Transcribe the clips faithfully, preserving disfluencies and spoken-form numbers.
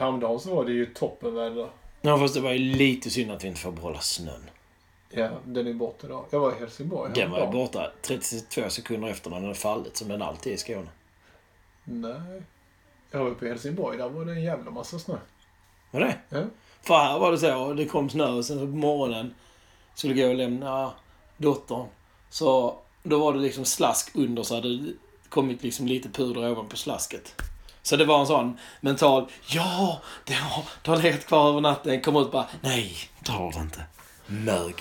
häromdagen så var det ju toppenväder. Ja, fast det var ju lite synd att vi inte får behålla snön. Ja, den är borta idag. Jag var i Helsingborg. Den var ju borta trettiotvå sekunder efter när den hade fallit, som den alltid är i Skåne. Nej. Jag var uppe i Helsingborg, där var det en jävla massa snö. Var det? Ja. För här var det så, det kom snö och sen så på morgonen skulle gå och lämna dottern. Så då var det liksom slask under, så hade det kommit liksom lite puder ovanpå slasket. Så det var en sån mental, ja, det har, det har legat kvar över natten. Kom ut bara, nej, det har det inte. Mög.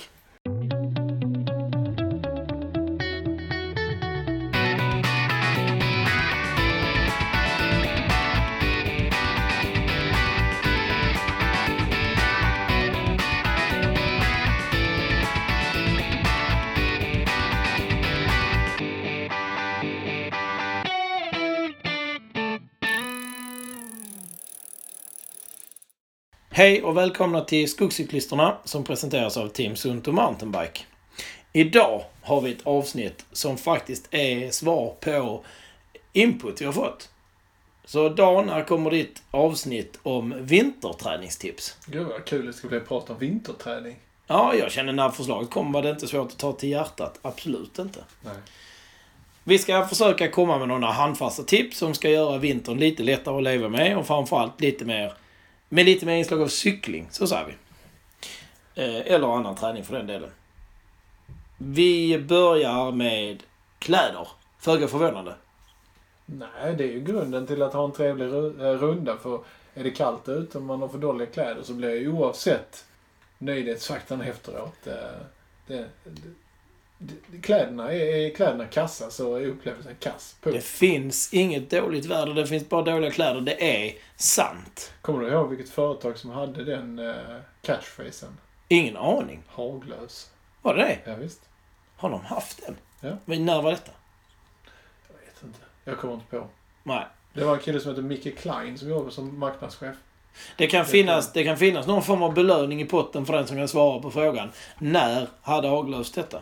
Hej och välkomna till Skogscyklisterna som presenteras av Team Sunto Mountainbike. Idag har vi ett avsnitt som faktiskt är svar på input vi har fått. Så Dan, här kommer ditt avsnitt om vinterträningstips. Gud vad kul det ska bli att prata om vinterträning. Ja, jag känner när förslaget kom var det inte svårt att ta till hjärtat. Absolut inte. Nej. Vi ska försöka komma med några handfasta tips som ska göra vintern lite lättare att leva med och framförallt lite mer med lite mer inslag av cykling, så säger vi. Eh, eller annan träning för den delen. Vi börjar med kläder. Föga förvånande. Nej, det är ju grunden till att ha en trevlig runda. För är det kallt ute och man har för dåliga kläder så blir ju oavsett nöjdhetsfaktorn efteråt. Det, det, det, kläderna är, är kläderna kassa så är upplevelsen kass. Punkt. Det finns inget dåligt väder, det finns bara dåliga kläder. Det är sant. Kommer du ihåg vilket företag som hade den uh, catchphrasen? Ingen aning. Haglös. Var det det? Ja, visst. Har de haft den? Ja. Men när var detta? Jag vet inte. Jag kommer inte på. Nej. Det var en kille som heter Micke Klein som jobbar som marknadschef. Det kan, finnas, det kan finnas någon form av belöning i potten för den som kan svara på frågan. När hade Haglös detta?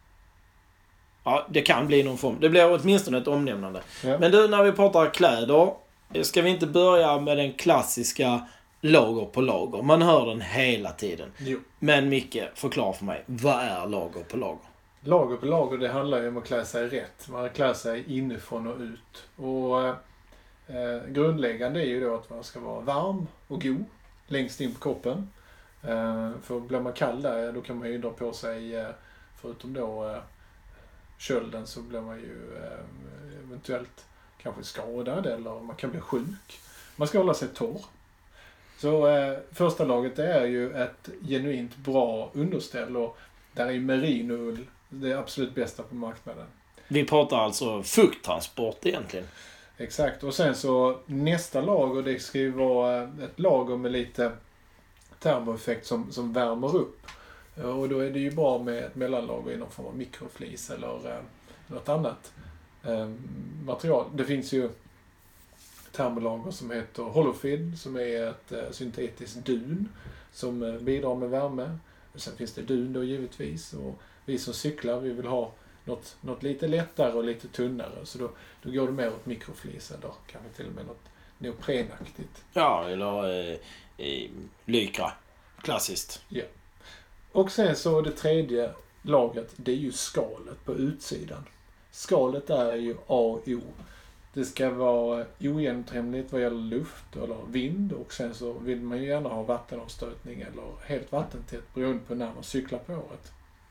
Ja, det kan bli någon form. Det blir åtminstone ett omnämnande. Ja. Men du, när vi pratar kläder, ska vi inte börja med den klassiska lager på lager? Man hör den hela tiden. Jo. Men Micke, förklara för mig. Vad är lager på lager? Lager på lager, det handlar ju om att klä sig rätt. Man klär sig inifrån och ut. Och eh, grundläggande är ju då att man ska vara varm och god längst in på kroppen. Eh, för blir man kall där, då kan man ju dra på sig, eh, förutom då eh, kölden, så blir man ju eh, eventuellt kanske skadad eller man kan bli sjuk. Man ska hålla sig torr. Så eh, första laget är ju ett genuint bra underställ och där är ju merinoull det absolut bästa på marknaden. Vi pratar alltså fukttransport egentligen. Exakt, och sen så nästa lager, det ska ju vara ett lager med lite termoeffekt som, som värmer upp. Och då är det ju bra med ett mellanlager i någon form av mikroflis eller eh, något annat eh, material. Det finns ju termolager som heter Holofid som är ett eh, syntetiskt dun som eh, bidrar med värme. Sen finns det dun då givetvis och vi som cyklar, vi vill ha något, något lite lättare och lite tunnare. Så då, då går det mer åt mikroflis eller kanske till och med något neoprenaktigt. Ja, eller eh, eh, lykra. Klassiskt. Ja. Och sen så det tredje lagret, det är ju skalet på utsidan. Skalet är ju A och O. Det ska vara ogenomträngligt vad gäller luft eller vind och sen så vill man ju gärna ha vattenavstötning eller helt vattentätt beroende på när man cyklar på året.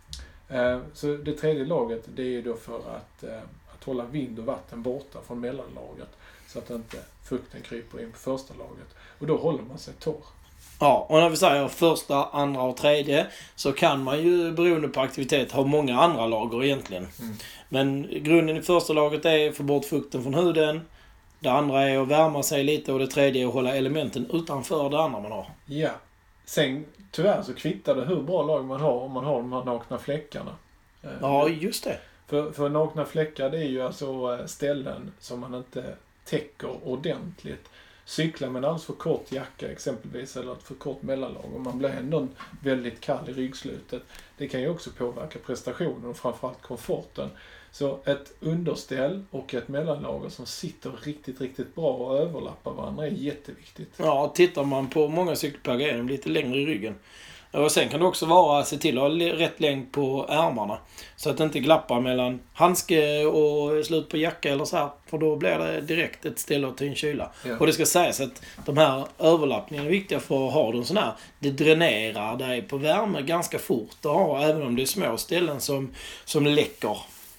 Så det tredje laget, det är ju då för att, att hålla vind och vatten borta från mellanlagret så att inte fukten kryper in på första lagret. Och då håller man sig torr. Ja, och när vi säger första, andra och tredje så kan man ju beroende på aktivitet ha många andra lager egentligen. Mm. Men grunden i första laget är att få bort fukten från huden. Det andra är att värma sig lite och det tredje är att hålla elementen utanför det andra man har. Ja. Sen tyvärr så kvittar det hur bra lag man har om man har de här nakna fläckarna. Ja, just det. För, för nakna fläckar det är ju alltså ställen som man inte täcker ordentligt. Cykla med en alldeles för kort jacka exempelvis eller ett för kort mellanlag och man blir ändå väldigt kall i ryggslutet. Det kan ju också påverka prestationen och framförallt komforten. Så ett underställ och ett mellanlager som sitter riktigt, riktigt bra och överlappar varandra är jätteviktigt. Ja, tittar man på många cykelplagg är de lite längre i ryggen. Och sen kan det också vara att se till att ha rätt längd på ärmarna. Så att det inte glappar mellan handske och slut på jacka eller så här. För då blir det direkt ett ställe att ta in kyla. Ja. Och det ska sägas att de här överlappningarna är viktiga för att ha dem sån här. Det dränerar dig på värme ganska fort att ha, även om det är små ställen som, som läcker.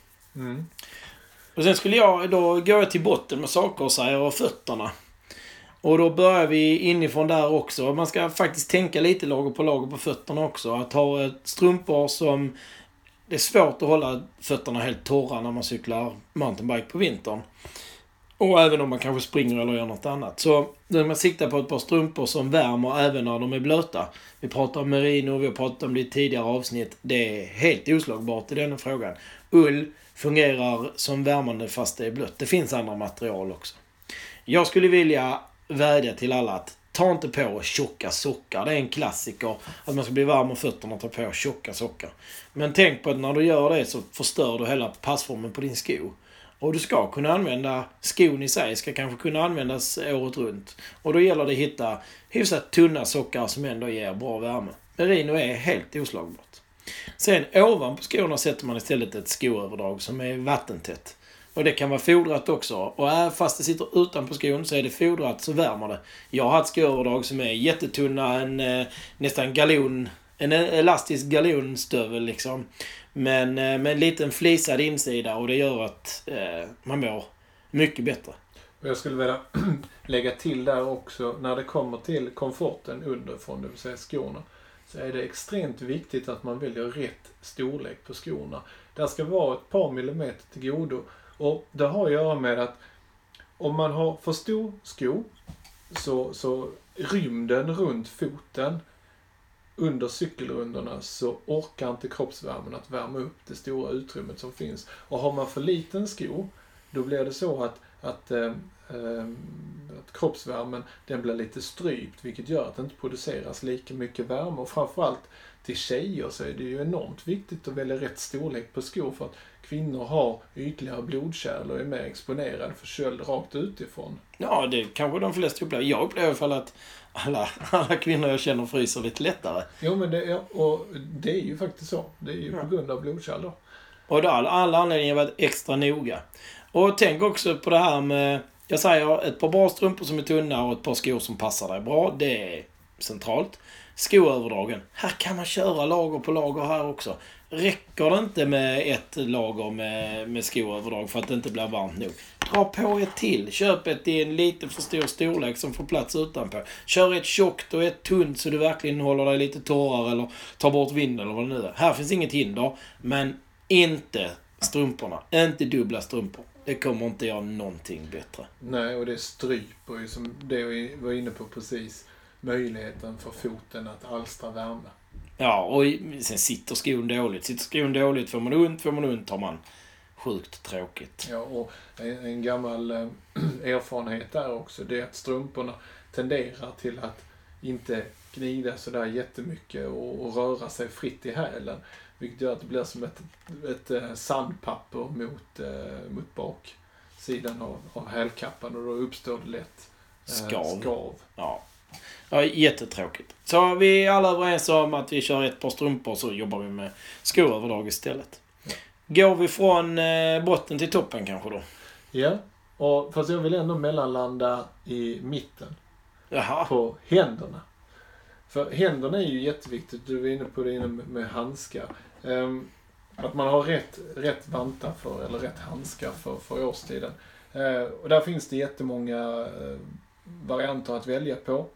Mm. Och sen skulle jag, då går jag till botten med saker och säger och fötterna. Och då börjar vi inifrån där också. Man ska faktiskt tänka lite lager på lager på fötterna också. Att ha ett strumpor som... Det är svårt att hålla fötterna helt torra när man cyklar mountainbike på vintern. Och även om man kanske springer eller gör något annat. Så när man siktar på ett par strumpor som värmer även när de är blöta. Vi pratar om merino, vi har pratat om det i tidigare avsnitt. Det är helt oslagbart i denna frågan. Ull fungerar som värmande fast det är blött. Det finns andra material också. Jag skulle vilja vädja till alla att ta inte på tjocka sockar. Det är en klassiker att man ska bli varm om fötterna och ta på tjocka sockar. Men tänk på att när du gör det så förstör du hela passformen på din sko. Och du ska kunna använda skon i sig, ska kanske kunna användas året runt. Och då gäller det att hitta hyfsat tunna sockar som ändå ger bra värme. Merino är helt oslagbart. Sen ovanpå skorna sätter man istället ett skoöverdrag som är vattentätt. Och det kan vara fodrat också. Och även fast det sitter utanpå skon så är det fodrat så värmer det. Jag har haft skoöverdrag som är jättetunna, en eh, nästan galon, en elastisk galonstövel liksom. Men eh, med en liten flisad insida, och det gör att eh, man mår mycket bättre. Och jag skulle vilja lägga till där också, när det kommer till komforten underifrån, det vill säga skorna, så är det extremt viktigt att man väljer rätt storlek på skorna. Det ska vara ett par millimeter till godo. Och det har att göra med att om man har för stor sko så, så rymden runt foten under cykelrundorna så orkar inte kroppsvärmen att värma upp det stora utrymmet som finns. Och har man för liten sko, då blir det så att, att, äh, äh, att kroppsvärmen den blir lite strypt, vilket gör att det inte produceras lika mycket värme. Och framförallt till tjejer så är det ju enormt viktigt att välja rätt storlek på skor, för att kvinnor har ytligare blodkärl och är mer exponerade för köld rakt utifrån. Ja, det kanske de flesta upplever. Jag upplever i alla fall att alla, alla kvinnor jag känner fryser lite lättare. Jo, men det är, och det är ju faktiskt så. Det är ju ja. På grund av blodkärl då. Och då alla, alla anledningar varit extra noga. Och tänk också på det här med, jag säger ett par bra strumpor som är tunna och ett par skor som passar dig bra. Det är centralt. Skoöverdragen. Här kan man köra lager på lager här också. Räcker det inte med ett lager med, med skoöverdrag för att det inte blir varmt nog? Dra på ett till. Köp ett i en lite för stor storlek som får plats utanpå. Kör ett tjockt och ett tunt så du verkligen håller dig lite torrare eller tar bort vinden eller vad det nu är. Här finns inget hinder, men inte strumporna. Inte dubbla strumpor. Det kommer inte göra någonting bättre. Nej, och det stryper ju som det vi var inne på precis. Möjligheten för foten att alstra värme. Ja, och sen sitter skon dåligt. Sitter skon dåligt får man ont, får man ont har man sjukt tråkigt. Ja, och en, en gammal äh, erfarenhet där också, det är att strumporna tenderar till att inte gnida sådär jättemycket och, och röra sig fritt i hälen. Vilket gör att det blir som ett, ett, ett sandpapper mot, äh, mot baksidan av, av hälkappan, och då uppstår det lätt äh, skav. skav. Ja. Ja, jättetråkigt. Så vi är alla överens om att vi kör ett par strumpor, så jobbar vi med skoöverdrag istället. Ja. Går vi från eh, botten till toppen kanske då? Ja, och fast jag vill ändå mellanlanda i mitten. Jaha. På händerna. För händerna är ju jätteviktigt. Du var inne på det inne med handskar. Um, att man har rätt, rätt vantar för, eller rätt handskar för, för årstiden. Uh, och där finns det jättemånga uh, varianter att välja på.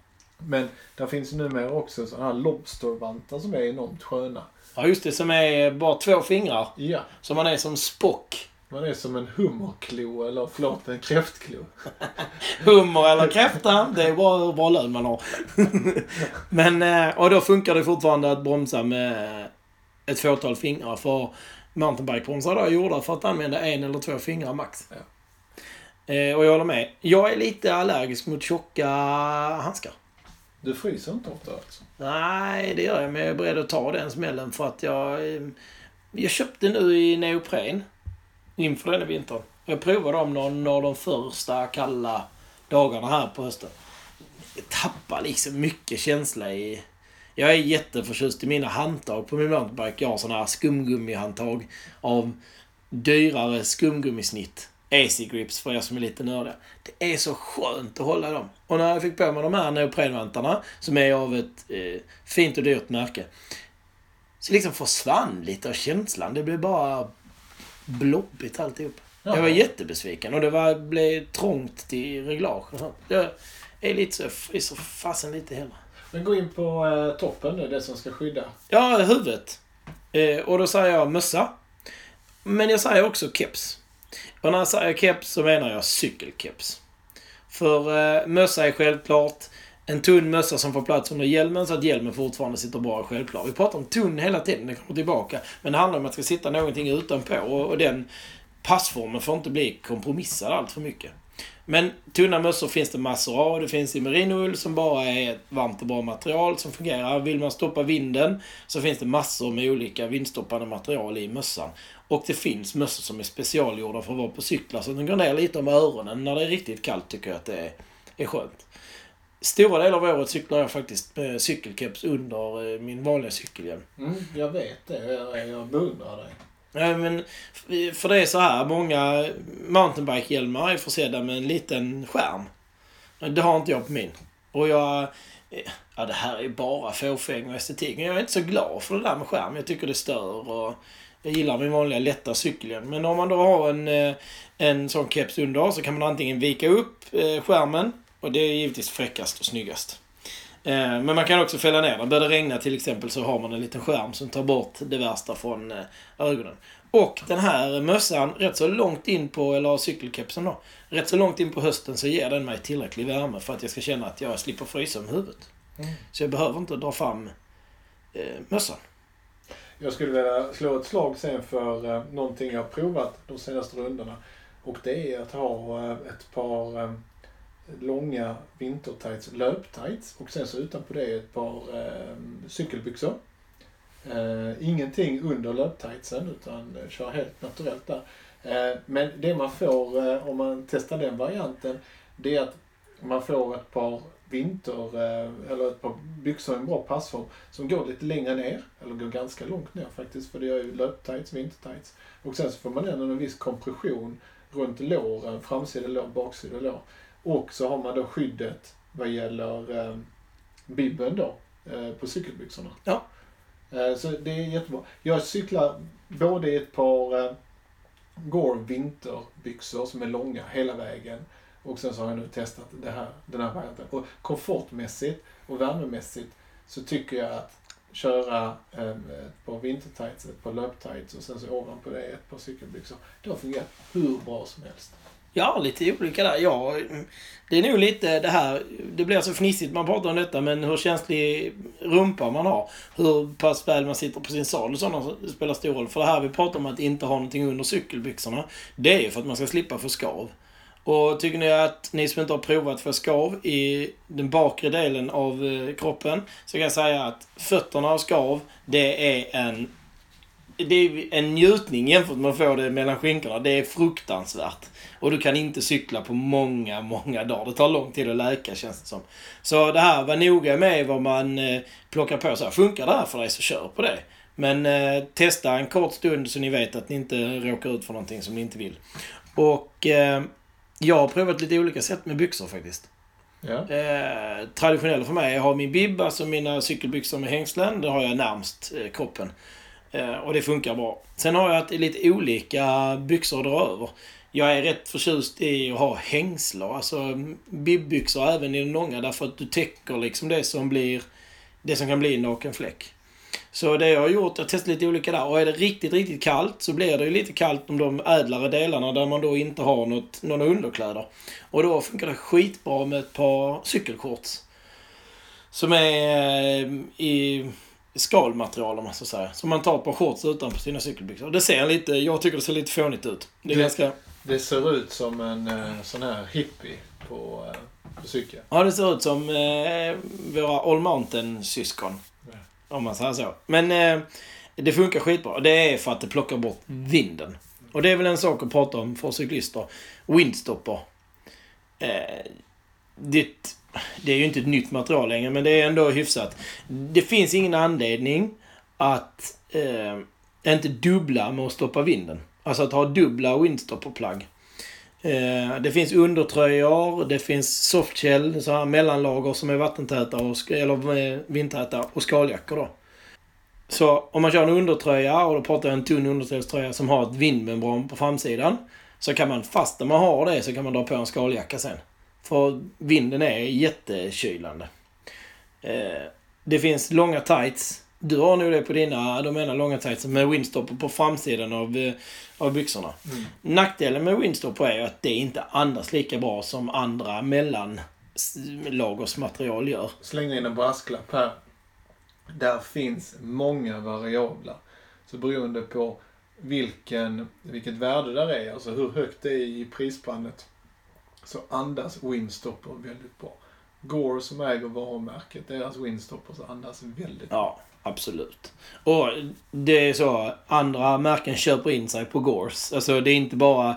Men där finns ju numera också sådana här lobstervantar som är enormt sköna. Ja, just det, som är bara två fingrar. Ja. Så man är som Spock. Man är som en hummerklo, eller förlåt, en kräftklo. Hummer eller kräfta, det är bara hur bra lön man har. Men, och då funkar det fortfarande att bromsa med ett fåtal fingrar. För mountainbike-bromsar är gjorda för att använda en eller två fingrar max. Ja. Eh, och jag håller med. Jag är lite allergisk mot tjocka handskar. Du fryser inte ofta alltså? Nej, det gör jag. Men jag är beredd att ta den smällen för att jag... Jag köpte nu i neopren. inför den vintern. Jag provade dem någon av de första kalla dagarna här på hösten. Jag tappar liksom mycket känsla i... Jag är jätteförtjust i mina handtag på min mountainbike. Jag har sådana här skumgummihandtag av dyrare skumgummisnitt. Easy Grips för jag som är lite nördiga. Det är så skönt att hålla dem. Och när jag fick på mig de här neoprenvantarna, som är av ett eh, fint och dyrt märke, så liksom försvann lite av känslan. Det blev bara blobbigt alltihop. Ja. Jag var jättebesviken och det var, blev trångt till reglage och sånt. Jag är lite så, är så fasen lite hemma. Men gå in på eh, toppen nu, det som ska skydda. Ja, huvudet. Eh, och då säger jag mössa. Men jag säger också keps. Och när jag säger keps så menar jag cykelkeps. För eh, mössa är självklart en tunn mössa som får plats under hjälmen så att hjälmen fortfarande sitter bra och självklart. Vi pratar om tunn hela tiden, det kommer tillbaka. Men det handlar om att det ska sitta någonting utanpå och, och den passformen får inte bli kompromissad allt för mycket. Men tunna mössor finns det massor av. Det finns i merinoull som bara är ett varmt och bra material som fungerar. Vill man stoppa vinden så finns det massor med olika vindstoppande material i mössan. Och det finns mössor som är specialgjorda för att vara på cyklar så den går ner lite om öronen. När det är riktigt kallt tycker jag att det är, är skönt. Stora delar av året cyklar jag faktiskt med cykelkeps under min vanliga cykelhjälm. Mm, jag vet det. Jag, jag beundrar dig. Ja, men för det är så här, många mountainbike-hjälmar är försedda med en liten skärm. Det har inte jag på min. Och jag, ja det här är bara fåfäng och estetik. Men jag är inte så glad för det där med skärm. Jag tycker det stör och jag gillar min vanliga lätta cykelhjälm. Men om man då har en, en sån keps under så kan man antingen vika upp skärmen. Och det är givetvis fräckast och snyggast. Men man kan också fälla ner den. Börjar det regna till exempel så har man en liten skärm som tar bort det värsta från ögonen. Och den här mössan rätt så långt in på, eller cykelkepsen då, rätt så långt in på hösten så ger den mig tillräcklig värme för att jag ska känna att jag slipper frysa om huvudet. Mm. Så jag behöver inte dra fram eh, mössan. Jag skulle vilja slå ett slag sen för eh, någonting jag har provat de senaste rundorna. Och det är att ha eh, ett par... Eh, långa vintertights, löptights och sen så utanpå det ett par eh, cykelbyxor. Eh, ingenting under löptightsen utan eh, kör helt naturellt där. Eh, men det man får eh, om man testar den varianten det är att man får ett par vinter eh, eller ett par byxor i en bra passform som går lite längre ner eller går ganska långt ner faktiskt för det är ju löptights, vintertights. Och sen så får man ändå en viss kompression runt låren, framsida lår, baksida lår. Och så har man då skyddet vad gäller eh, bibben då eh, på cykelbyxorna. Ja. Eh, så det är jättebra. Jag cyklar både i ett par eh, Gore vinterbyxor som är långa hela vägen. Och sen så har jag nu testat det här, den här varianten. Och komfortmässigt och värmemässigt så tycker jag att köra eh, ett par vintertights, ett par löptights och sen så ovanpå det ett par cykelbyxor. Det har fungerat hur bra som helst. Ja, lite olika där. Ja, det är nog lite det här, det blir så fnissigt man pratar om detta, men hur känslig rumpa man har, hur pass väl man sitter på sin sal och sådana spelar stor roll. För det här vi pratar om att inte ha någonting under cykelbyxorna, det är ju för att man ska slippa få skav. Och tycker ni att ni som inte har provat för skav i den bakre delen av kroppen, så kan jag säga att fötterna av skav, det är en det är en njutning jämfört med att få det mellan skinkorna. Det är fruktansvärt. Och du kan inte cykla på många, många dagar. Det tar lång tid att läka, känns det som. Så det här, var noga med vad man eh, plockar på. Så här, funkar det här för dig så kör på det. Men eh, testa en kort stund så ni vet att ni inte råkar ut för någonting som ni inte vill. Och eh, jag har provat lite olika sätt med byxor faktiskt. Ja. Eh, traditionellt för mig, jag har min bib, alltså mina cykelbyxor med hängslen. Det har jag närmst eh, kroppen. Och det funkar bra. Sen har jag lite olika byxor att dra över. Jag är rätt förtjust i att ha hängslar. Alltså bibbyxor även i den långa. Därför att du täcker liksom det som blir det som kan bli en nakenfläck. Så det jag har gjort, jag har testat lite olika där. Och är det riktigt, riktigt kallt så blir det ju lite kallt om de ädlare delarna där man då inte har något, några underkläder. Och då funkar det skitbra med ett par cykelshorts. Som är i skalmaterial om man så säger. Så man tar ett par shorts utanpå sina cykelbyxor. Det ser lite, jag tycker det ser lite fånigt ut. Det, är det, ganska... det ser ut som en eh, sån här hippie på, eh, på cykel. Ja, det ser ut som eh, våra All Mountain-syskon. Ja. Om man säger så. Men eh, det funkar skitbra. Det är för att det plockar bort vinden. Och det är väl en sak att prata om för cyklister. Windstopper. Eh, det, det är ju inte ett nytt material längre, men det är ändå hyfsat. Det finns ingen anledning att eh, inte dubbla med att stoppa vinden. Alltså att ha dubbla windstopperplagg. Eh, det finns undertröjor, det finns softshell, så här mellanlager som är vattentäta och, eller vindtäta, och skaljackor då. Så om man kör en undertröja, och då pratar jag en tunn underställströja som har ett vindmembran på framsidan, så kan man, fast när man har det, så kan man dra på en skaljacka sen. För vinden är jättekylande. Eh, det finns långa tights. Du har nu det på dina, de menar långa tights med windstopper på framsidan av, av byxorna. Mm. Nackdelen med windstopper är att det inte andas lika bra som andra mellanlagersmaterial gör. Släng in en brasklapp här. Där finns många variabler. Så beroende på vilken, vilket värde där är, alltså hur högt det är i prisspannet, så andas windstopper väldigt bra. Gore som äger varumärket, deras windstoppers andas väldigt bra. Ja, absolut. Och det är så, andra märken köper in sig på Gores. Alltså det är inte bara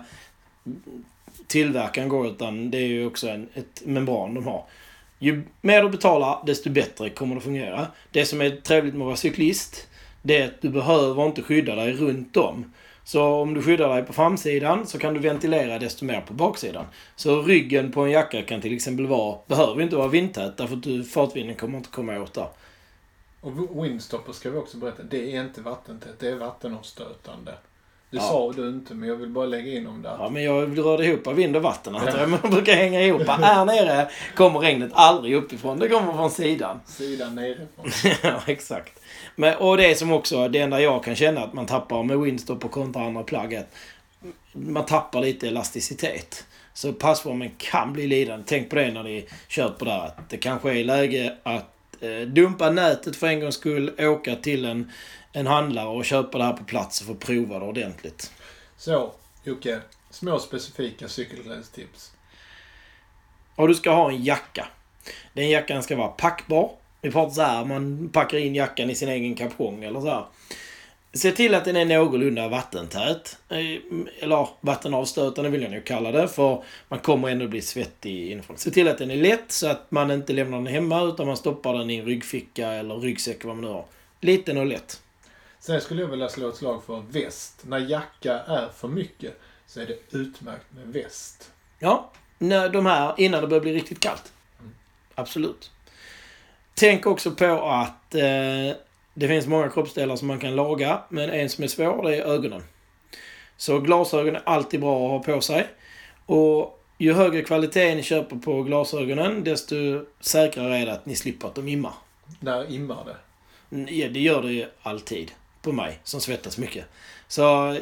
tillverkaren Gore, utan det är ju också en, ett membran de har. Ju mer du betalar, desto bättre kommer det fungera. Det som är trevligt med att vara cyklist, det är att du behöver inte skydda dig runt om. Så om du skyddar dig på framsidan, så kan du ventilera desto mer på baksidan. Så ryggen på en jacka kan till exempel vara, behöver inte vara vindtät, därför att du, fartvinden kommer inte komma åt där. Och windstopper ska vi också berätta, det är inte vattentätt, det är vattenavstötande. Det ja. sa du inte, men jag vill bara lägga in om det. Ja, men jag rörde ihop vind och vatten. Ja. Man brukar hänga ihop. Här nere kommer regnet aldrig uppifrån. Det kommer från sidan. Sidan nerifrån. Ja, exakt. Men, och det som också, det enda jag kan känna att man tappar med windstopper kontra andra plagget. Man tappar lite elasticitet. Så passformen kan bli lidande. Tänk på det när ni kör på det här. Att det kanske är läge att eh, dumpa nätet för en gångs skull. Åka till en en handlare och köpa det här på plats och få prova det ordentligt. Så, Jocke, små specifika cykelklädstips. Och du ska ha en jacka. Den jackan ska vara packbar. Vi pratar så här, man packar in jackan i sin egen kapong eller så här. Se till att den är någorlunda vattentät. Eller vattenavstötande vill jag nog kalla det, för man kommer ändå bli svettig inifrån. Se till att den är lätt så att man inte lämnar den hemma, utan man stoppar den i en ryggficka eller ryggsäck, vad man nu har. Liten och lätt. Sen skulle jag vilja slå ett slag för väst. När jacka är för mycket så är det utmärkt med väst. Ja, när de här innan det börjar bli riktigt kallt. Mm. Absolut. Tänk också på att eh, det finns många kroppsdelar som man kan laga, men en som är svår, det är ögonen. Så glasögon är alltid bra att ha på sig. Och ju högre kvalitet ni köper på glasögonen, desto säkrare är det att ni slipper att de immar. När immar det? Ja, det gör det ju alltid på mig som svettas mycket. Så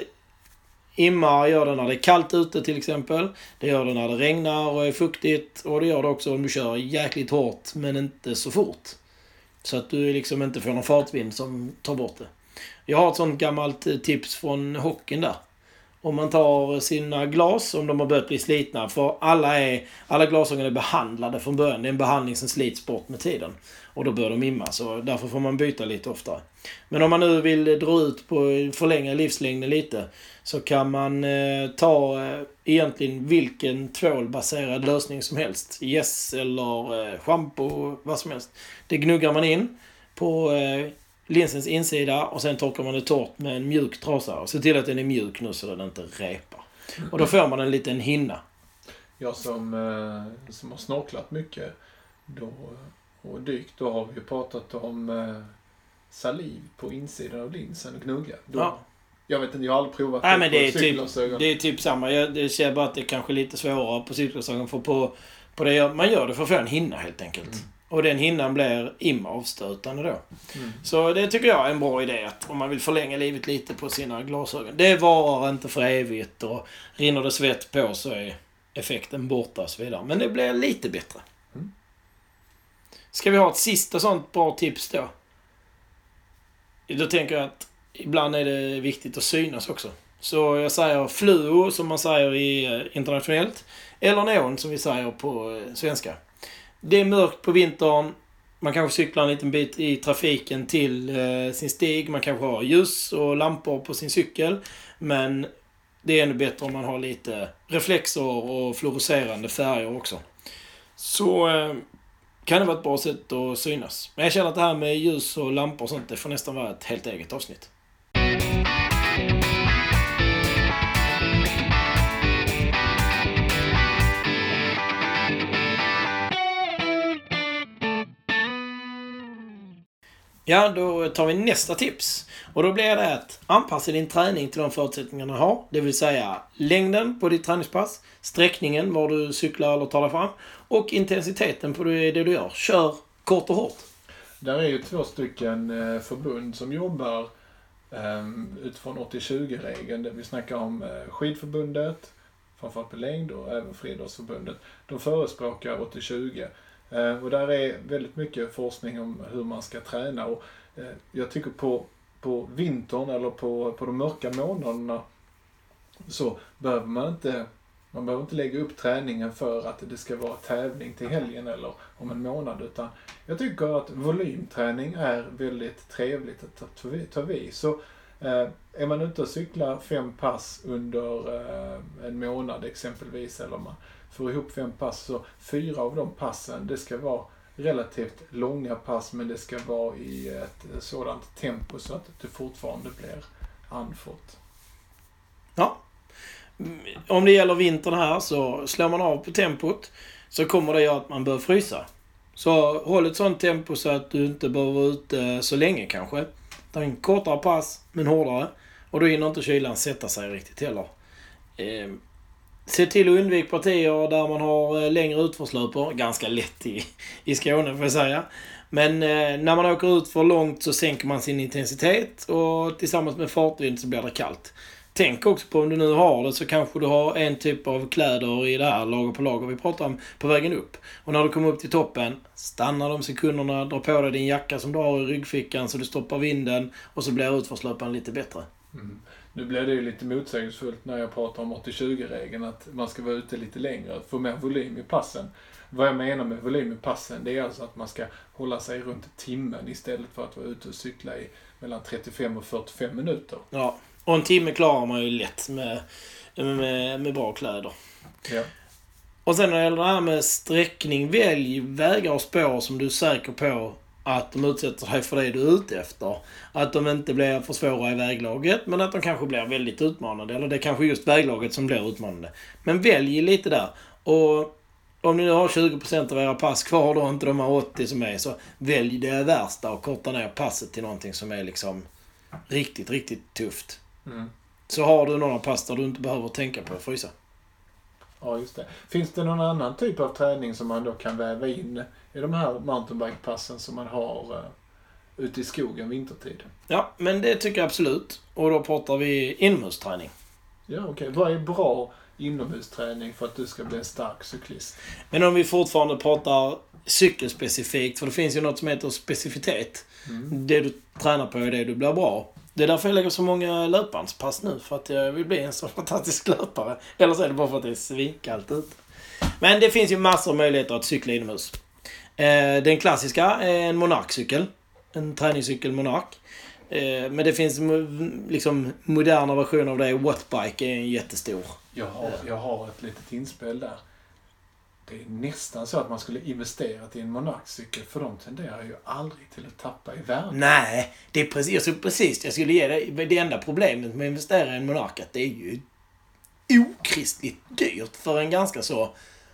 immar gör det när det är kallt ute till exempel. Det gör det när det regnar och är fuktigt. Och det gör det också om du kör jäkligt hårt men inte så fort. Så att du liksom inte får någon fartvind som tar bort det. Jag har ett sånt gammalt tips från hockeyn där. Om man tar sina glas, om de har börjat bli slitna. För alla, är, alla glasögon är behandlade från början. Det är en behandling som slits bort med tiden. Och då börjar de imma. Så därför får man byta lite oftare. Men om man nu vill dra ut på förlänga livslängden lite. Så kan man eh, ta eh, egentligen vilken tvålbaserad lösning som helst. Yes eller eh, shampoo, vad som helst. Det gnuggar man in på eh, linsens insida och sen torkar man det torrt med en mjuk trasa. Och se till att den är mjuk nu så den inte repar. Och då får man en liten hinna. Jag som, eh, som har snorklat mycket då, och dykt, då har vi pratat om eh, saliv på insidan av linsen och gnugga. Då, ja. Jag vet inte, jag har aldrig provat Nej, det men på det är cykelglasögon. Typ, det är typ samma. Jag det ser bara att det är kanske lite svårare på cykelglasögon. För på, på det man gör det för att få en hinna helt enkelt. Mm. Och den hinnan blir imavstötande då. Mm. Så det tycker jag är en bra idé. Att om man vill förlänga livet lite på sina glasögon. Det varar inte för evigt. Och rinner det svett på så är effekten borta och så vidare. Men det blir lite bättre. Mm. Ska vi ha ett sista sånt bra tips då? Då tänker jag att ibland är det viktigt att synas också. Så jag säger fluo som man säger i internationellt. Eller neon som vi säger på svenska. Det är mörkt på vintern. Man kanske cyklar en liten bit i trafiken till eh, sin stig. Man kanske har ljus och lampor på sin cykel. Men det är ännu bättre om man har lite reflexer och fluorescerande färger också. Så eh, kan det vara ett bra sätt att synas. Men jag känner att det här med ljus och lampor och sånt, det får nästan vara ett helt eget avsnitt. Ja, då tar vi nästa tips. Och då blir det att anpassa din träning till de förutsättningarna du har. Det vill säga längden på ditt träningspass, sträckningen var du cyklar eller tar dig fram och intensiteten på det du gör. Kör kort och hårt. Där är ju två stycken förbund som jobbar um, utifrån åttio tjugo-regeln. Där vi snackar om uh, skidförbundet, framförallt på längd och även friidrottsförbundet. De förespråkar åttio tjugo. Uh, och där är väldigt mycket forskning om hur man ska träna. Och uh, jag tycker på, på vintern eller på, på de mörka månaderna så behöver man inte, man behöver inte lägga upp träningen för att det ska vara tävling till helgen eller om en månad. Utan jag tycker att volymträning är väldigt trevligt att ta, ta vid. Så uh, är man ute och cyklar fem pass under uh, en månad exempelvis, eller man får ihop fem pass, så fyra av de passen, det ska vara relativt långa pass, men det ska vara i ett sådant tempo så att det fortfarande blir andfått. Ja. Om det gäller vintern här så slår man av på tempot så kommer det göra att man bör frysa. Så håll ett sådant tempo så att du inte behöver vara ute så länge kanske. Ta en kortare pass men hårdare och då hinner inte kylan sätta sig riktigt heller. Eh, Se till att undvika partier där man har längre utförslöpor. Ganska lätt i, i Skåne får jag säga. Men eh, när man åker ut för långt så sänker man sin intensitet. Och tillsammans med fartvind så blir det kallt. Tänk också på om du nu har det så kanske du har en typ av kläder i det här lager på lager vi pratar om på vägen upp. Och när du kommer upp till toppen, stanna de sekunderna, dra på dig din jacka som du har i ryggfickan så du stoppar vinden och så blir utförslöparen lite bättre. Mm. Nu blir det ju lite motsägelsefullt när jag pratar om åttio tjugo-regeln att man ska vara ute lite längre, få mer volym i passen. Vad jag menar med volym i passen, det är alltså att man ska hålla sig runt timmen istället för att vara ute och cykla i mellan trettiofem och fyrtiofem minuter. Ja, och en timme klarar man ju lätt med, med, med bra kläder. Ja. Och sen när det gäller det här med sträckning, välj vägar och spår som du är säker på att de utsätter sig för det du är ute efter. Att de inte blir för svåra i väglaget, men att de kanske blir väldigt utmanande. Eller det är kanske just väglaget som blir utmanande. Men välj lite där. Och om ni nu har tjugo procent av era pass kvar då, inte de här åttio som är, så välj det värsta och korta ner passet till någonting som är liksom riktigt, riktigt tufft. Mm. Så har du några pass där du inte behöver tänka på att frysa. Ja, just det. Finns det någon annan typ av träning som man då kan väva in i de här mountainbike-passen som man har uh, ute i skogen vintertid? Ja, men det tycker jag absolut. Och då pratar vi inomhusträning. Ja, okej. Okay. Vad är bra inomhusträning för att du ska bli en stark cyklist? Men om vi fortfarande pratar cykelspecifikt, för det finns ju något som heter specificitet. Mm. Det du tränar på är det du blir bra. Det är därför jag lägger så många löpbandspass nu, för att jag vill bli en så fantastisk löpare. Eller så är det bara för att det är svinkallt ut. Men det finns ju massor av möjligheter att cykla inomhus. Eh, den klassiska är en monarkcykel. En träningscykel monark. Eh, men det finns liksom moderna versioner av det. Wattbike är en jättestor. Jag har, jag har ett litet inspel där. Det är nästan så att man skulle investera i en monarkcykel, för de tenderar ju aldrig till att tappa i värde. Nej, det är precis, jag skulle, precis, jag skulle ge det, det enda problemet med att investera i en monark, att det är ju okristligt dyrt för en ganska så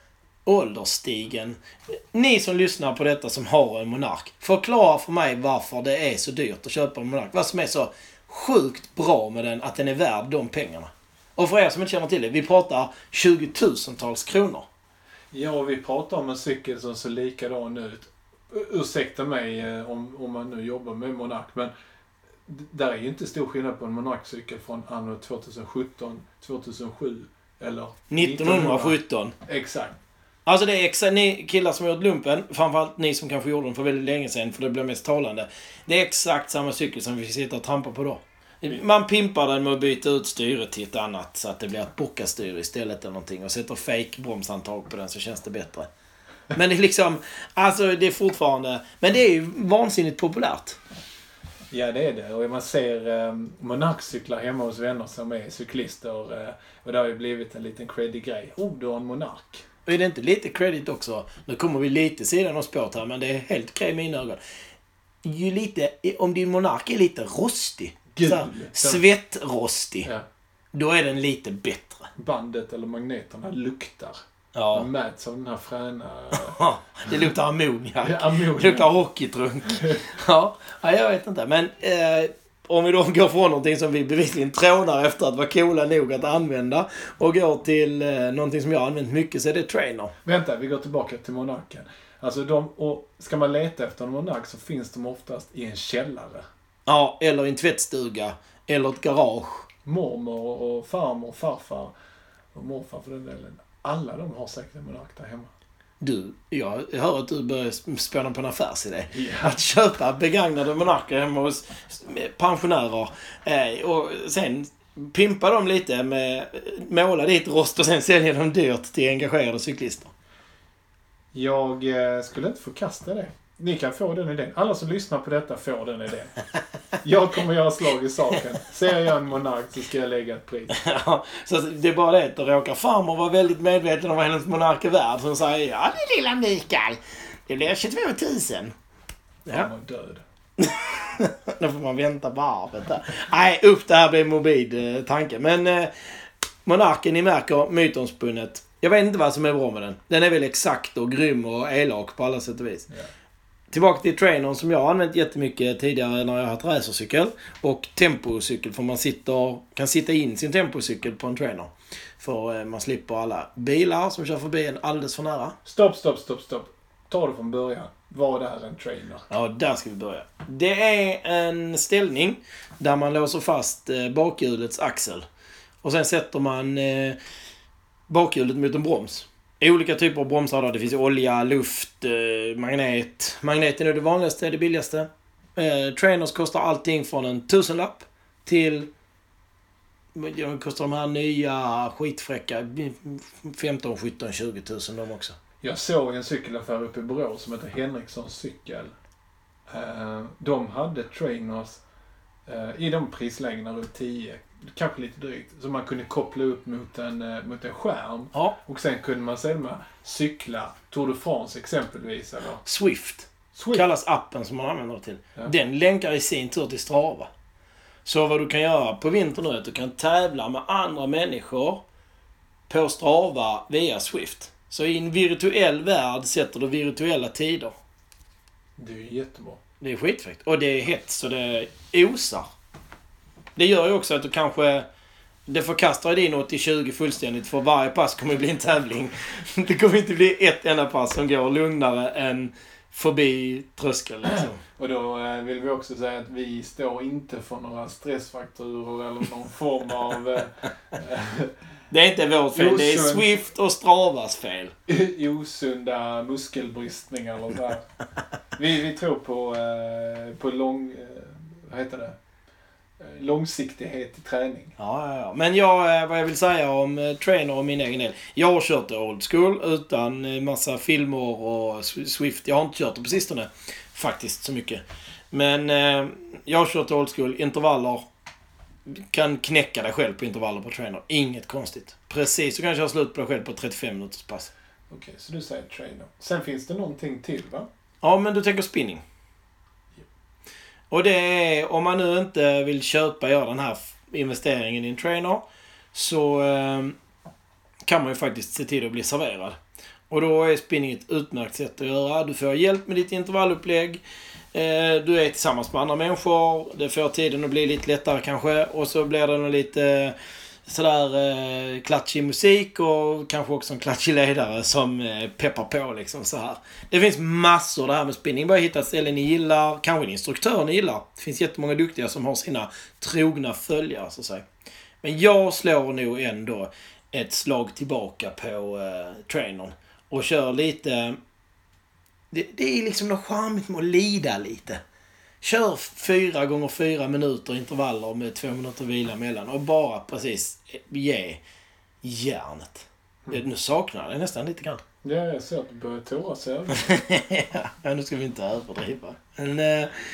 ålderstigen. Ni som lyssnar på detta som har en monark, förklara för mig varför det är så dyrt att köpa en monark. Vad som är så sjukt bra med den, att den är värd de pengarna. Och för er som inte känner till det, vi pratar tjugotusentals kronor. Ja, vi pratar om en cykel som ser likadan ut. Ursäkta mig om, om man nu jobbar med monark, men där är ju inte stor skillnad på en monarkcykel från anno tjugosjutton, tvåtusensju eller nittonhundrasjutton. Exakt. Alltså det är exakt, ni killar som har gjort lumpen, framförallt ni som kanske gjorde den för väldigt länge sedan, för det blir mest talande. Det är exakt samma cykel som vi sitter och trampar på då. Man pimpar den med att byta ut styret till ett annat så att det blir ett bockastyr istället eller någonting, och sätter fake bromsantag på den så känns det bättre. Men det är liksom, alltså det är fortfarande, men det är ju vansinnigt populärt. Ja, det är det. Och man ser eh, monarkcyklar hemma hos vänner som är cyklister. Eh, och det har ju blivit en liten creddig grej. Oh, du har en monark. Och är det inte lite credit också? Nu kommer vi lite sidan av spåret här, men det är helt okej i mina ögon. Ju lite, om din monark är lite rostig, Gud, så svettrostig, ja. Då är den lite bättre. Bandet eller magneterna luktar. Ja. De mäts av den här fräna... Det luktar ammoniak. Ja, ammoniak. Det luktar hockeytrunk. Ja, jag vet inte. Men eh, om vi då går från någonting som vi bevisligen trånar efter att vara coola nog att använda och går till eh, någonting som jag har använt mycket, så är det trainer. Vänta, vi går tillbaka till monarken. Alltså de, och ska man leta efter en monark så finns de oftast i en källare. Ja, eller i en tvättstuga. Eller ett garage. Mormor och farmor och farfar och morfar för den delen. Alla de har säkert en monark där hemma. Du, jag hör att du börjar spåna på en affärsidé. Yeah. Att köpa begagnade monarker hemma hos pensionärer. Eh, och sen pimpa dem lite med måla dit rost och sen sälja dem dyrt till engagerade cyklister. Jag eh, skulle inte förkasta det. Ni kan få den idén. Alla som lyssnar på detta får den idén. Jag kommer göra slag i saken. Ser jag en monark så ska jag lägga ett pris. Ja, så det är bara det att råkar farmor vara väldigt medveten om vad hennes monark är värd. Som säger, ja det lilla Mikael, det blir tjugotvå tusen. Ja. Han var död. Då får man vänta på arvet där. Nej, upp det här blir en mobil eh, tanke. Men eh, monarken, ni märker, mytomspunnet. Jag vet inte vad som är bra med den. Den är väl exakt och grym och elak på alla sätt och vis. Ja. Tillbaka till trainern som jag har använt jättemycket tidigare när jag har haft racercykel. Och tempocykel, för man sitter, kan sitta in sin tempocykel på en trainer. För eh, man slipper alla bilar som kör förbi en alldeles för nära. Stopp, stopp, stopp, stopp. Ta det från början. Vad är en trainer? Ja, där ska vi börja. Det är en ställning där man låser fast eh, bakhjulets axel. Och sen sätter man eh, bakhjulet mot en broms. Olika typer av bromsar då. Det finns olja, luft, eh, magnet. Magneten är det vanligaste, det billigaste. Eh, trainers kostar allting från en tusenlapp till... Det kostar de här nya skitfräcka femton, sjutton, tjugo tusen de också. Jag såg en cykelaffär uppe i Borås som heter Henrikssons cykel. Eh, de hade trainers eh, i de prislägena runt tio, kanske lite drygt, som man kunde koppla upp mot en, eh, mot en skärm. Ja. Och sen kunde man sedan cykla Tour de France exempelvis. Eller? Swift. Swift. Kallas appen som man använder det till. Ja. Den länkar i sin tur till Strava. Så vad du kan göra på vintern nu är att du kan tävla med andra människor på Strava via Swift. Så i en virtuell värld sätter du virtuella tider. Det är ju jättebra. Det är skitfräckt. Och det är hett så det osar. Det gör ju också att du kanske... Det förkastar din åttio tjugo fullständigt, för varje pass kommer bli en tävling. Det kommer inte bli ett enda pass som går lugnare än förbi tröskeln. Liksom. Och då eh, vill vi också säga att vi står inte för några stressfaktorer eller någon form av... Eh, Det är inte vårt fel, det är Osund. Swift och Stravas fel. osunda muskelbristningar eller där. Vi, vi tror på, eh, på lång... Eh, vad heter det? Eh, långsiktighet i träning. Ja, ja, ja. Men jag, vad jag vill säga om eh, trainer och min egen del. Jag har kört det old school utan eh, massa filmer och Swift. Jag har inte kört det på sistone. Faktiskt så mycket. Men eh, jag har kört old school. Intervaller. Kan knäcka dig själv på intervaller på trainer. Inget konstigt. Precis, så kan jag köra slut på dig själv på trettiofem minuters pass. Okej, okay, så du säger trainer. Sen finns det någonting till, va? Ja, men du tänker spinning. Och det är, om man nu inte vill köpa, göra den här investeringen i en trainer, så eh, kan man ju faktiskt se till att bli serverad. Och då är spinning ett utmärkt sätt att göra. Du får hjälp med ditt intervallupplägg. Eh, du är tillsammans med andra människor. Det får tiden att bli lite lättare kanske. Och så blir det nog lite sådär eh, klatschig musik och kanske också en klatschig ledare som eh, peppar på liksom så här. Det finns massor det här med spinning. Bara hitta ställen ni gillar, kanske en instruktör ni gillar. Det finns jättemånga duktiga som har sina trogna följare så att säga. Men jag slår nog ändå ett slag tillbaka på eh, trainern och kör lite. Det, det är liksom något charmigt med att lida lite. Kör fyra gånger fyra minuter intervaller med två minuter vila mellan och bara precis ge järnet. Mm. Nu saknar jag det nästan lite grann. Ja, jag ser att du börjar tåra sig. Ja, nu ska vi inte överdriva. Men, äh,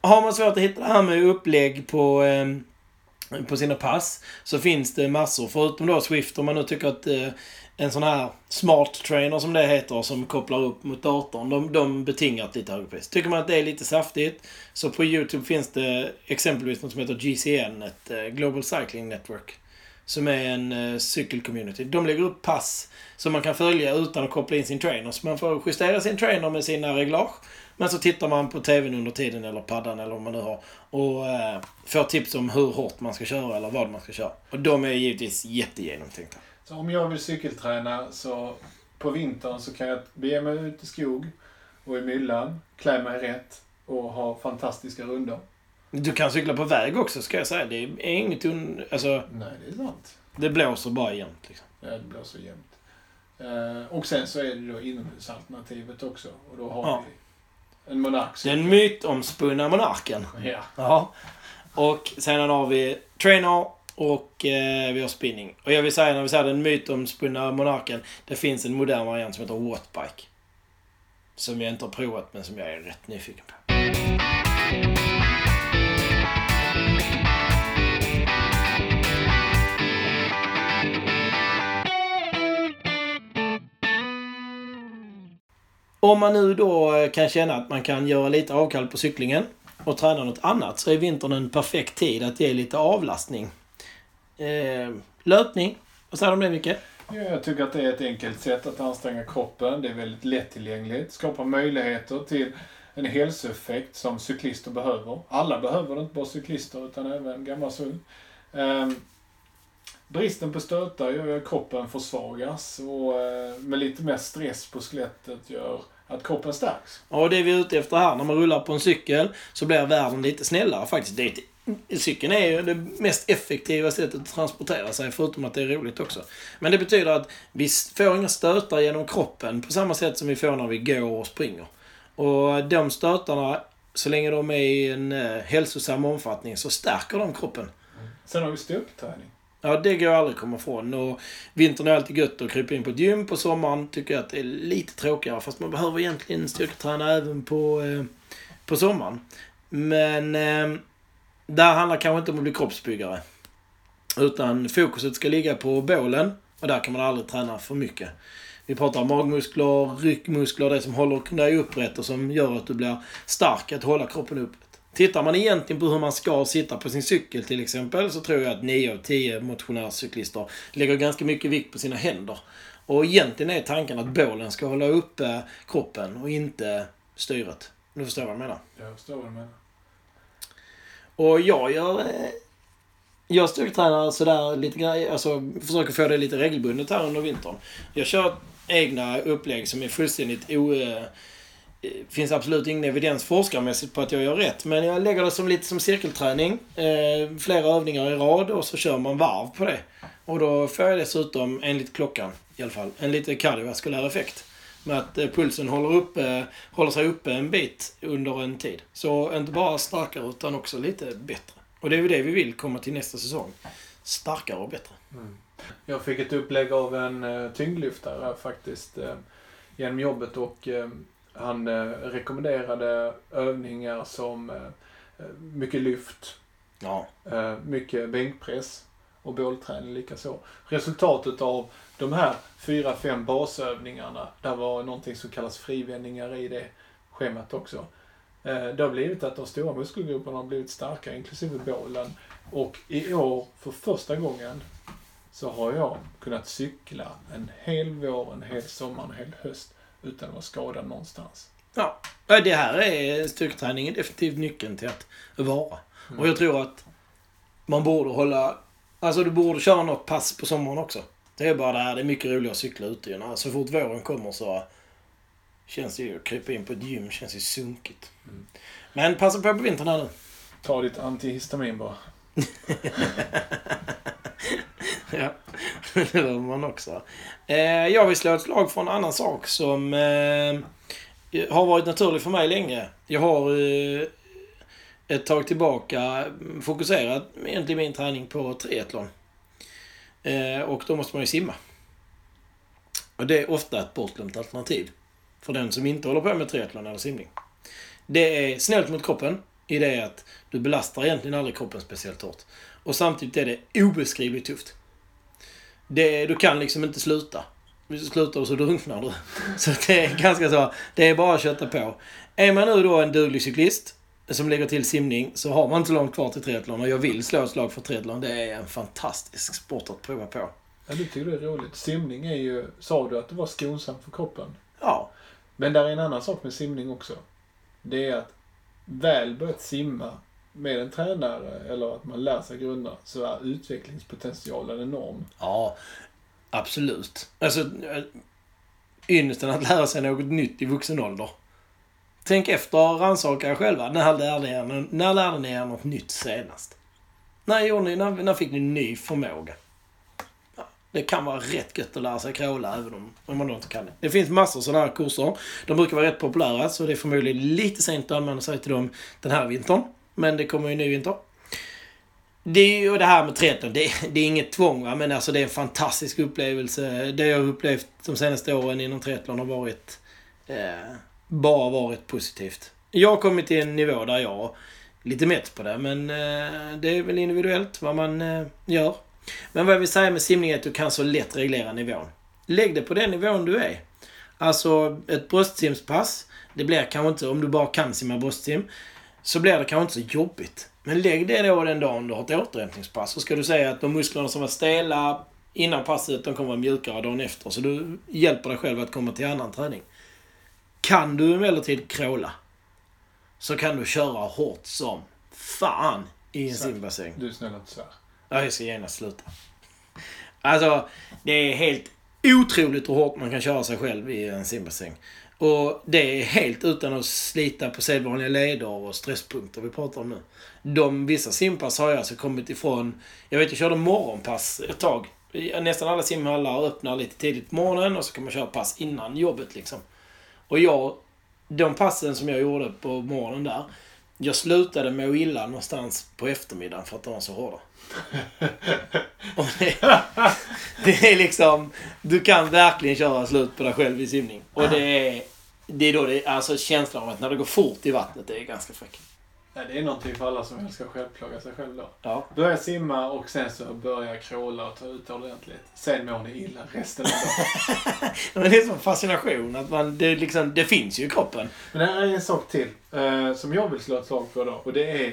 har man svårt att hitta det här med upplägg på, eh, på sina pass så finns det massor. Förutom då Swift, om man nu tycker att eh, en sån här smart trainer som det heter som kopplar upp mot datorn, de, de betingar ett lite högre pris. Tycker man att det är lite saftigt så på YouTube finns det exempelvis något som heter G C N, ett eh, Global Cycling Network, som är en eh, cykelcommunity. De lägger upp pass som man kan följa utan att koppla in sin trainer. Så man får justera sin trainer med sina reglage. Men så tittar man på tvn under tiden eller paddan eller vad man nu har. Och eh, får tips om hur hårt man ska köra eller vad man ska köra. Och de är givetvis jättegenomtänkta. Så om jag vill cykelträna så på vintern så kan jag bege mig ut i skog och i myllan, klä mig rätt och ha fantastiska rundor. Du kan cykla på väg också, ska jag säga. Det är inget un... Alltså, nej, det är sant. Det blåser bara jämt. Liksom. Ja, det blåser jämt. Uh, och sen så är det då inomhusalternativet också. Och då har ja. vi en monark. Den mytomspunna monarken. Ja. ja. Och sen har vi trainer och eh, vi har spinning. Och jag vill säga, när vi säger den mytomspunna monarken, det finns en modern variant som heter wattbike. Som jag inte har provat, men som jag är rätt nyfiken på. Om man nu då kan känna att man kan göra lite avkall på cyklingen och träna något annat så är vintern en perfekt tid att ge lite avlastning. Eh, löpning, vad säger du om det, Micke? Ja, jag tycker att det är ett enkelt sätt att anstränga kroppen. Det är väldigt lättillgängligt. Skapar möjligheter till en hälsoeffekt som cyklister behöver. Alla behöver det, inte bara cyklister utan även gamla och ung. Eh, bristen på stötar gör att kroppen försvagas och eh, med lite mer stress på skelettet gör att kroppen stärks. Ja, och det är vi ute efter här. När man rullar på en cykel så blir världen lite snällare faktiskt. Det är ett, cykeln är ju det mest effektiva sättet att transportera sig, förutom att det är roligt också. Men det betyder att vi får inga stötar genom kroppen på samma sätt som vi får när vi går och springer. Och de stötarna, så länge de är i en eh, hälsosam omfattning, så stärker de kroppen. Mm. Sen har vi styrketräning. Ja, det går aldrig komma ifrån. Och vintern är alltid gött att krypa in på ett gym. På sommaren tycker jag att det är lite tråkigare. Fast man behöver egentligen styrketräna även på, eh, på sommaren. Men eh, där handlar kanske inte om att bli kroppsbyggare. Utan fokuset ska ligga på bålen. Och där kan man aldrig träna för mycket. Vi pratar om magmuskler, ryggmuskler, det som håller dig upprätt och som gör att du blir stark att hålla kroppen upprätt. Tittar man egentligen på hur man ska sitta på sin cykel till exempel, så tror jag att nio av tio motionärscyklister lägger ganska mycket vikt på sina händer. Och egentligen är tanken att bålen ska hålla uppe kroppen och inte styret. Du förstår vad jag menar? Jag förstår vad du menar. Och jag gör... Jag styrketränar sådär lite grann, alltså försöker få det lite regelbundet här under vintern. Jag kör egna upplägg som är fullständigt o... Det finns absolut ingen evidens forskarmässigt på att jag gör rätt. Men jag lägger det som lite som cirkelträning. Eh, flera övningar i rad och så kör man varv på det. Och då får jag dessutom, enligt klockan i alla fall, en lite kardiovaskulär effekt. Med att eh, pulsen håller, uppe, håller sig uppe en bit under en tid. Så inte bara starkare utan också lite bättre. Och det är ju det vi vill komma till nästa säsong. Starkare och bättre. Mm. Jag fick ett upplägg av en uh, tyngdlyftare faktiskt uh, genom jobbet och... Uh, Han eh, rekommenderade övningar som eh, mycket lyft, ja. eh, mycket bänkpress och bålträning lika så. Resultatet av de här fyra, fem basövningarna, där var någonting som kallas frivändningar i det schemat också. Eh, det har blivit att de stora muskelgrupperna har blivit starkare, inklusive bålen. Och i år, för första gången, så har jag kunnat cykla en hel vår, en hel sommar, en hel höst. Utan att vara skadad någonstans. Ja, det här är styrketräningen definitivt nyckeln till att vara. Mm. Och jag tror att man borde hålla... Alltså du borde köra något pass på sommaren också. Det är bara det här, det är mycket roligt att cykla ute. Så alltså, fort våren kommer så känns det ju att krypa in på ett gym, känns ju sunkigt. Mm. Men passa på på vintern här nu. Ta ditt antihistamin bara. Ja, det gör man också. Eh, jag vill slå ett slag för en annan sak som eh, har varit naturlig för mig länge. Jag har eh, ett tag tillbaka fokuserat egentligen min träning på triathlon. Eh, och då måste man ju simma. Och det är ofta ett bortglömt alternativ för den som inte håller på med triathlon eller simning. Det är snällt mot kroppen. i det att du belastar egentligen aldrig kroppen speciellt hårt. Och samtidigt är det obeskrivligt tufft. Det, du kan liksom inte sluta. Om du slutar så drunknar du. Så det är ganska så. Det är bara att köta på. Är man nu då en duglig cyklist som lägger till simning så har man inte långt kvar till triathlon. Och jag vill slå ett slag för triathlon. Det är en fantastisk sport att prova på. Ja, du tycker det är roligt. Simning är ju, sa du att det var skonsamt för kroppen? Ja. Men där är en annan sak med simning också. Det är att väl börjat simma med en tränare eller att man lär sig grunderna så är utvecklingspotentialen enorm. Ja, absolut. Alltså, ynnesten att lära sig något nytt i vuxen ålder. Tänk efter, rannsaka er själva. När lärde er, när lärde ni er något nytt senast? När, gjorde ni, när, när fick ni ny förmåga? Ja, det kan vara rätt gött att lära sig kråla även om, om man då inte kan det. Det finns massor av sådana här kurser. De brukar vara rätt populära så det är förmodligen lite sent att använda sig till dem den här vintern. Men det kommer ju ny vinter. Det är ju det här med triathlon. Det, det är inget tvång va? Men alltså det är en fantastisk upplevelse. Det jag har upplevt de senaste åren inom triathlon har varit eh, bara varit positivt. Jag har kommit till en nivå där jag är lite mätt på det. Men eh, det är väl individuellt vad man eh, gör. Men vad jag vill säga med simning är att du kan så lätt reglera nivån. Lägg det på den nivån du är. Alltså ett bröstsimspass. Det blir kanske inte, om du bara kan simma bröstsim, så blir det kanske inte så jobbigt. Men lägg det då den dagen du har ett återhämtningspass. Så ska du säga att de musklerna som var stela innan passet, de kommer vara mjukare dagen efter. Så du hjälper dig själv att komma till annan träning. Kan du emellertid kråla så kan du köra hårt som fan i en simbassäng. Du är snäll att svär. Ja, jag ska gärna sluta. Alltså, det är helt otroligt hur hårt man kan köra sig själv i en simbassäng. Och det är helt utan att slita på sedvanliga leder och stresspunkter vi pratar om nu. De vissa simpass har jag alltså kommit ifrån. Jag vet, jag körde morgonpass ett tag. Nästan alla simhallar öppnar lite tidigt på morgonen och så kan man köra pass innan jobbet liksom. Och jag, de passen som jag gjorde på morgonen där, jag slutade med att illa någonstans på eftermiddagen för att de var så hårda. Och det, det är liksom, du kan verkligen köra slut på dig själv i simning. Och det är, det är då det, alltså känslan av att när det går fort i vattnet, det är ganska fräck. Ja, det är någonting för alla som älskar självplaga sig själv då. Ja. Börja simma och sen så börja kråla och ta ut ordentligt. Sen mår ni illa resten av dagen. Men det är som fascination att man, det, liksom, det finns ju i kroppen. Men det här är en sak till eh, som jag vill slå ett slag för då. Och det är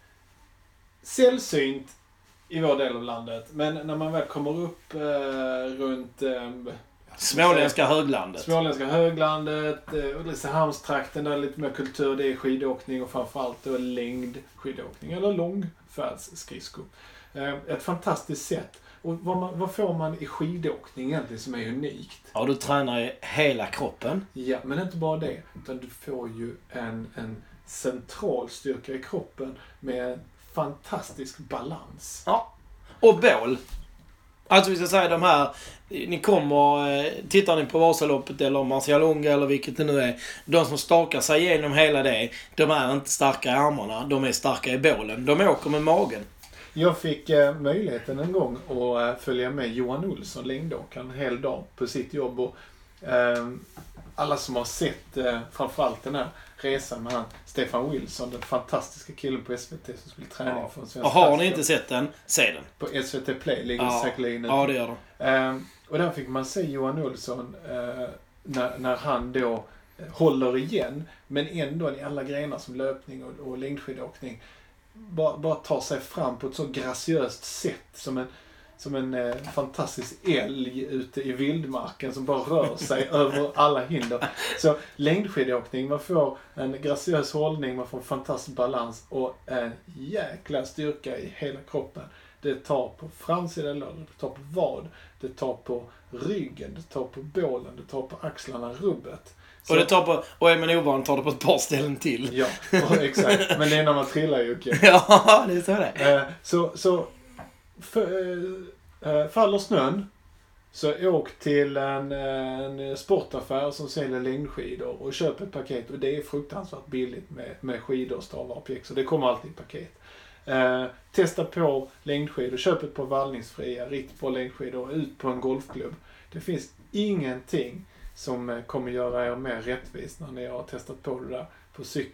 sällsynt i vår del av landet. Men när man väl kommer upp eh, runt eh, Småländska höglandet. Småländska höglandet, eh, Ulricehamnstrakten där är lite mer kultur. Det är skidåkning och framförallt då längdskidåkning eller långfärdsskridskor. Eh, ett fantastiskt sätt. Och vad, man, vad får man i skidåkning egentligen som är unikt? Ja, du tränar ju hela kroppen. Ja, men inte bara det. Utan du får ju en, en central styrka i kroppen med en fantastisk balans. Ja. Och bål. Alltså vi ska säga de här, ni kommer, tittar ni på Vasaloppet eller Marcialonga eller vilket det nu är. De som stakar sig igenom hela det, de är inte starka i armarna, de är starka i bålen. De åker med magen. Jag fick eh, möjligheten en gång att eh, följa med Johan Olsson, längdåkaren, en hel dag på sitt jobb. Och, eh, alla som har sett eh, framförallt den här resan med han, Stefan Wilson, den fantastiska killen på S V T som skulle träna Ja. för en svensk. Och har ni inte sett den, se den. På S V T Play ligger Ja. säkerligen. Ja, det gör de. Eh, och där fick man se Johan Olsson eh, när, när han då håller igen, men ändå i alla grenar som löpning och, och längdskidåkning bara, bara tar sig fram på ett så graciöst sätt som en, som en eh, fantastisk älg ute i vildmarken som bara rör sig över alla hinder. Så längdskidåkning, man får en graciös hållning, man får en fantastisk balans och en jäkla styrka i hela kroppen. Det tar på framsidan låret, det tar på vad, det tar på ryggen, det tar på bålen, det tar på axlarna, rubbet. Så, Och, det tar på, och är man ovan tar det på ett par ställen till. Ja, exakt. Men det är när man trillar ju. Okay. Ja, det är så det. Eh, så så för, eh, faller snön så åk till en, en sportaffär som säljer längdskidor och köp ett paket. Och det är fruktansvärt billigt med, med skidor, stavar och pjäxor. Det kommer alltid i paket. Eh, testa på längdskidor, köp ett par vallningsfria, riktigt på längdskidor, ut på en golfklubb. Det finns ingenting som kommer göra er mer rättvis när ni har testat på det där på cykel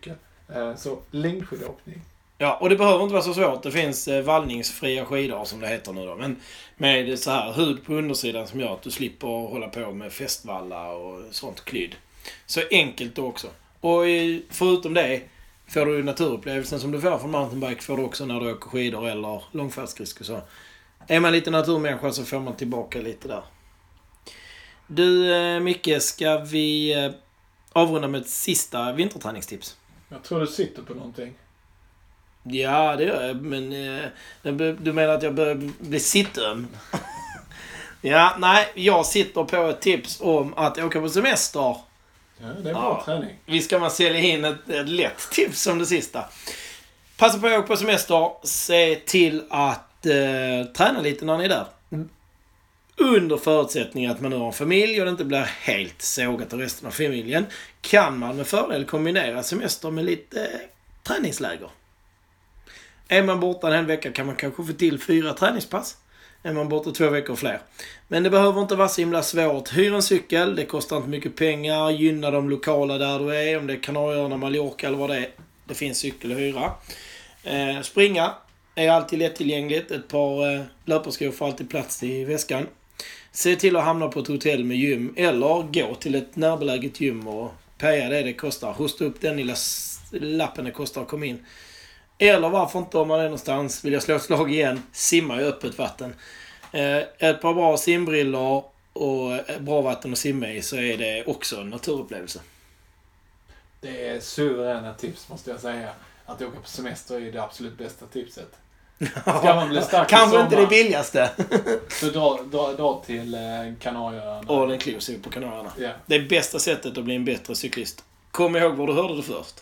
Så längdskidåkning. Ja, och det behöver inte vara så svårt. Det finns eh, vallningsfria skidor som det heter nu då. Men med så här hud på undersidan som gör att du slipper hålla på med fästvallar och sånt klydd. Så enkelt då också. Och eh, förutom det får du naturupplevelsen som du får från mountainbike får du också när du åker skidor eller långfärdsskridskor. Så är man lite naturmänniska så får man tillbaka lite där. Du eh, Micke, ska vi eh, avrunda med ett sista vinterträningstips? Jag tror du sitter på någonting. Ja, det gör jag. Men eh, du menar att jag börjar bli sittöm? Ja, nej. Jag sitter på ett tips om att åka på semester. Ja, det är bra ja. träning. Vi ska man sälja in ett, ett lätt tips som det sista. Passa på att åka på semester. Se till att eh, träna lite när ni är där. Under förutsättning att man nu har en familj och det inte blir helt sågat av resten av familjen. Kan man med fördel kombinera semester med lite eh, träningsläger. Är man borta en vecka kan man kanske få till fyra träningspass. Är man borta två veckor och fler. Men det behöver inte vara så himla svårt. Hyr en cykel, det kostar inte mycket pengar. Gynna de lokala där du är. Om det är Kanarieöarna, Mallorca eller vad det är. Det finns cykel att hyra. Eh, springa är alltid lättillgängligt. Ett par eh, löparskor får alltid plats i väskan. Se till att hamna på ett hotell med gym. Eller gå till ett närbeläget gym och peja det det kostar. Hosta upp den lilla lappen det kostar att komma in. Eller varför inte om man är någonstans vill jag slå ett slag igen, simma i öppet vatten. Eh, ett par bra simbrillor och bra vatten att simma i så är det också en naturupplevelse. Det är suveräna tips måste jag säga. Att åka på semester är det absolut bästa tipset. Ska man bli stark kanske inte det billigaste. Så dra, dra, dra till eh, Kanarieöarna. All inclusive på Kanarieöarna. Yeah. Det är bästa sättet att bli en bättre cyklist. Kom ihåg var du hörde det först.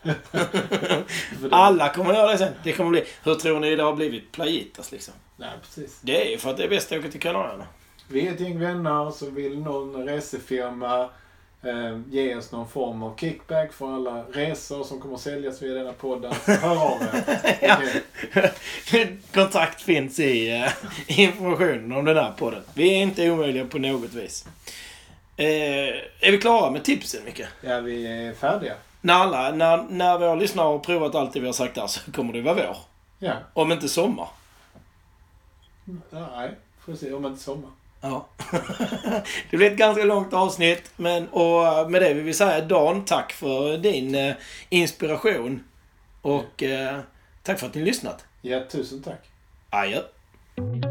Alla kommer göra det sen. Det kommer bli, hur tror ni det har blivit playitas liksom? Nej, precis. Det är ju för att det är bäst att åka till Kanarieöarna. Vi är ett gäng vänner så vill någon resefirma eh, ge oss någon form av kickback för alla resor som kommer att säljas via denna podden. Hör av er. Okay. Kontakt finns i uh, informationen om den här podden. Vi är inte omöjliga på något vis. Eh, är vi klara med tipsen, Micke? Ja, vi är färdiga. När, alla, när, när våra lyssnare har provat allt det vi har sagt där så kommer det vara vår. Ja. Om inte sommar. Nej, får se om inte sommar. Ja. Det blir ett ganska långt avsnitt. Men, och med det vill vi säga Dan, tack för din eh, inspiration. Och eh, tack för att ni lyssnat. Ja, tusen tack. Adjö.